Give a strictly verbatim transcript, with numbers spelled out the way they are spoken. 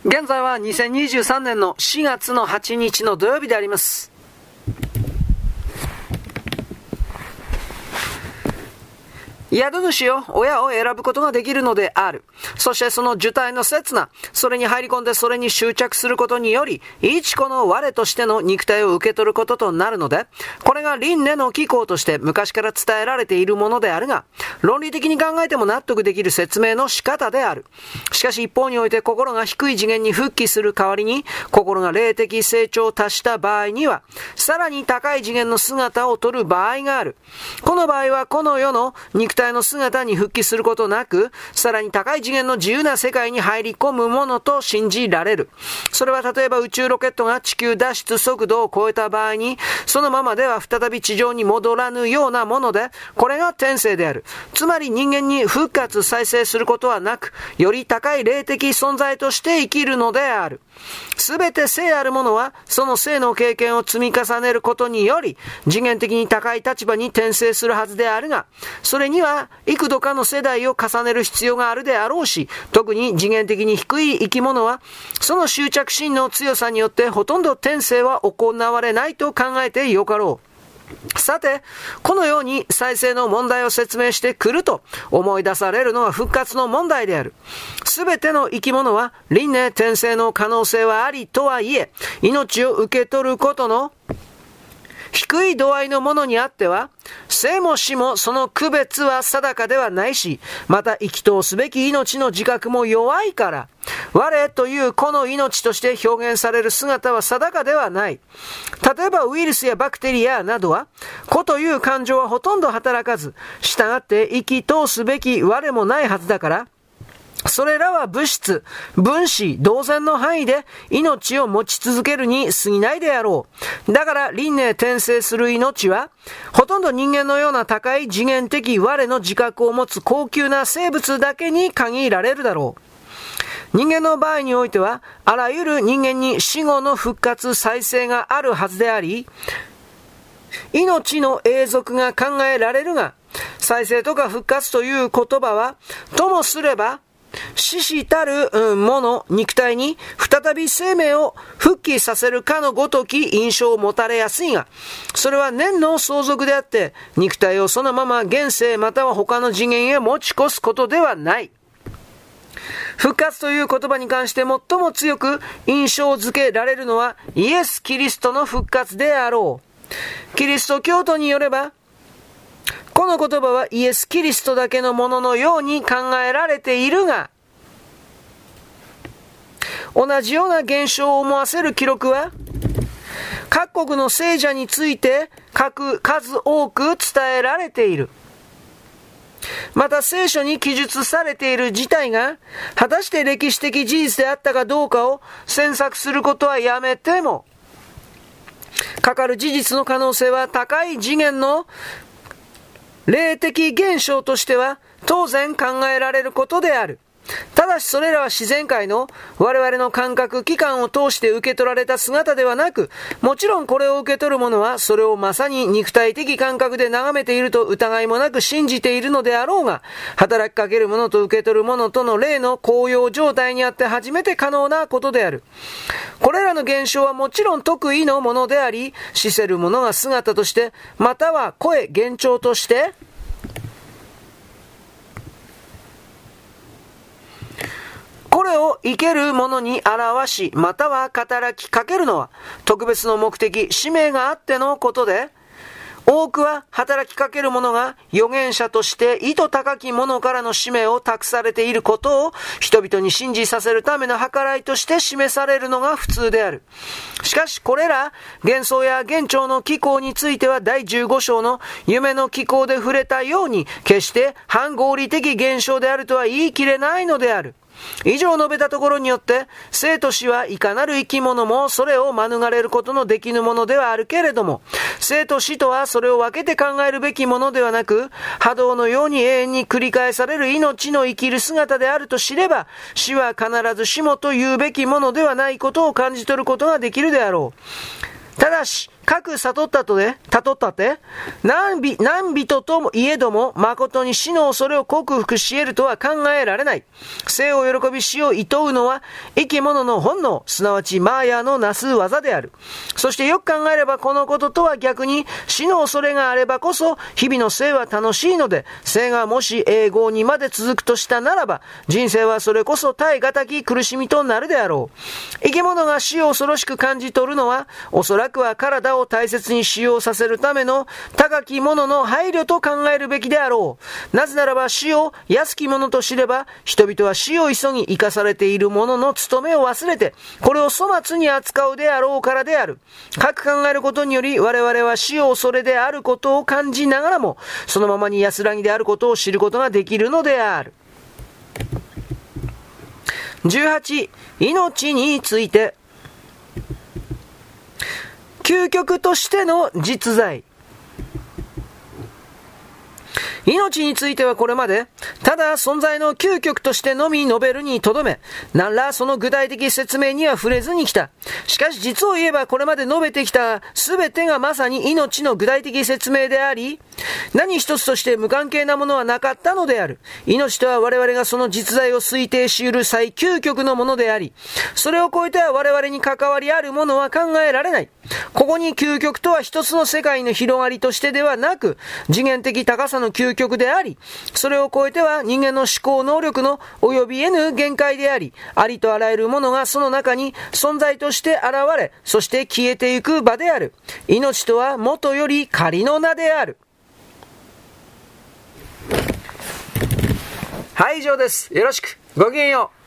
現在はにせんにじゅうさんねんのしがつのはちにちの土曜日であります。宿主よ、親を選ぶことができるのである。そしてその受胎の刹那、それに入り込んでそれに執着することにより、一個の我としての肉体を受け取ることとなるので、これが輪廻の機構として昔から伝えられているものであるが、論理的に考えても納得できる説明の仕方である。しかし一方において心が低い次元に復帰する代わりに、心が霊的成長を達した場合には、さらに高い次元の姿を取る場合がある。この場合はこの世の肉体の姿に復帰することなく、さらに高い次元の自由な世界に入り込むものと信じられる。それは例えば宇宙ロケットが地球脱出速度を超えた場合に、そのままでは再び地上に戻らぬようなもので、これが転生である。つまり人間に復活再生することはなく、より高い霊的存在として生きるのである。すべて生あるものは、その生の経験を積み重ねることにより、次元的に高い立場に転生するはずであるが、それには幾度かの世代を重ねる必要があるであろうし、特に次元的に低い生き物は、その執着心の強さによってほとんど転生は行われないと考えてよかろう。さて、このように再生の問題を説明してくると思い出されるのは復活の問題である。すべての生き物は輪廻転生の可能性はありとはいえ、命を受け取ることの低い度合いのものにあっては、生も死もその区別は定かではないし、また生き通すべき命の自覚も弱いから、我というこの命として表現される姿は定かではない。例えばウイルスやバクテリアなどは、個という感情はほとんど働かず、従って生き通すべき我もないはずだから、それらは物質、分子、同然の範囲で命を持ち続けるに過ぎないであろう。だから輪廻転生する命は、ほとんど人間のような高い次元的我の自覚を持つ高級な生物だけに限られるだろう。人間の場合においては、あらゆる人間に死後の復活再生があるはずであり、命の永続が考えられるが、再生とか復活という言葉は、ともすれば、死したるもの、肉体に再び生命を復帰させるかのごとき印象を持たれやすいが、それは念の相続であって、肉体をそのまま現世または他の次元へ持ち越すことではない。復活という言葉に関して最も強く印象づけられるのはイエス・キリストの復活であろう。キリスト教徒によれば、この言葉はイエス・キリストだけのもののように考えられているが、同じような現象を思わせる記録は、各国の聖者について数多く伝えられている。また聖書に記述されている事態が、果たして歴史的事実であったかどうかを詮索することはやめても、かかる事実の可能性は高い次元の霊的現象としては当然考えられることである。ただしそれらは自然界の我々の感覚器官を通して受け取られた姿ではなく、もちろんこれを受け取る者はそれをまさに肉体的感覚で眺めていると疑いもなく信じているのであろうが、働きかける者と受け取る者との霊の高揚状態にあって初めて可能なことである。これらの現象はもちろん特異のものであり、死せる者が姿として、または声、幻聴として、これを生ける者に表し、または働きかけるのは、特別の目的、使命があってのことで、多くは働きかける者が預言者として意図高き者からの使命を託されていることを人々に信じさせるための計らいとして示されるのが普通である。しかしこれら幻想や幻聴の機構についてはだいじゅうご章の夢の機構で触れたように決して反合理的現象であるとは言い切れないのである。以上述べたところによって、生と死はいかなる生き物もそれを免れることのできぬものではあるけれども、生と死とはそれを分けて考えるべきものではなく、波動のように永遠に繰り返される命の生きる姿であると知れば、死は必ずしもと言うべきものではないことを感じ取ることができるであろう。ただし、 各悟ったとで、悟ったって、何人、何人ともいえども、誠に死の恐れを克服し得るとは考えられない。生を喜び死を厭うのは、生き物の本能、すなわちマーヤのなす技である。そしてよく考えればこのこととは逆に、死の恐れがあればこそ、日々の生は楽しいので、生がもし永劫にまで続くとしたならば、人生はそれこそ耐え難き苦しみとなるであろう。生き物が死を恐ろしく感じ取るのは、おそらくは体を大切に使用させるための高きものの配慮と考えるべきであろう。なぜならば死を安きものと知れば、人々は死を急ぎ生かされているものの務めを忘れて、これを粗末に扱うであろうからである。かく考えることにより、我々は死を恐れであることを感じながらも、そのままに安らぎであることを知ることができるのである。じゅうはち、命について。究極としての実在。命についてはこれまで、ただ存在の究極としてのみ述べるにとどめ、何らその具体的説明には触れずに来た。しかし実を言えばこれまで述べてきた全てがまさに命の具体的説明であり、何一つとして無関係なものはなかったのである。命とは我々がその実在を推定し得る最究極のものであり、それを超えては我々に関わりあるものは考えられない。ここに究極とは一つの世界の広がりとしてではなく、次元的高さの究極であり、それを超えては人間の思考能力の及び得ぬ限界であり、ありとあらゆるものがその中に存在として現れ、そして消えていく場である。命とはもとより仮の名である。はい、以上です。よろしく。ごきげんよう。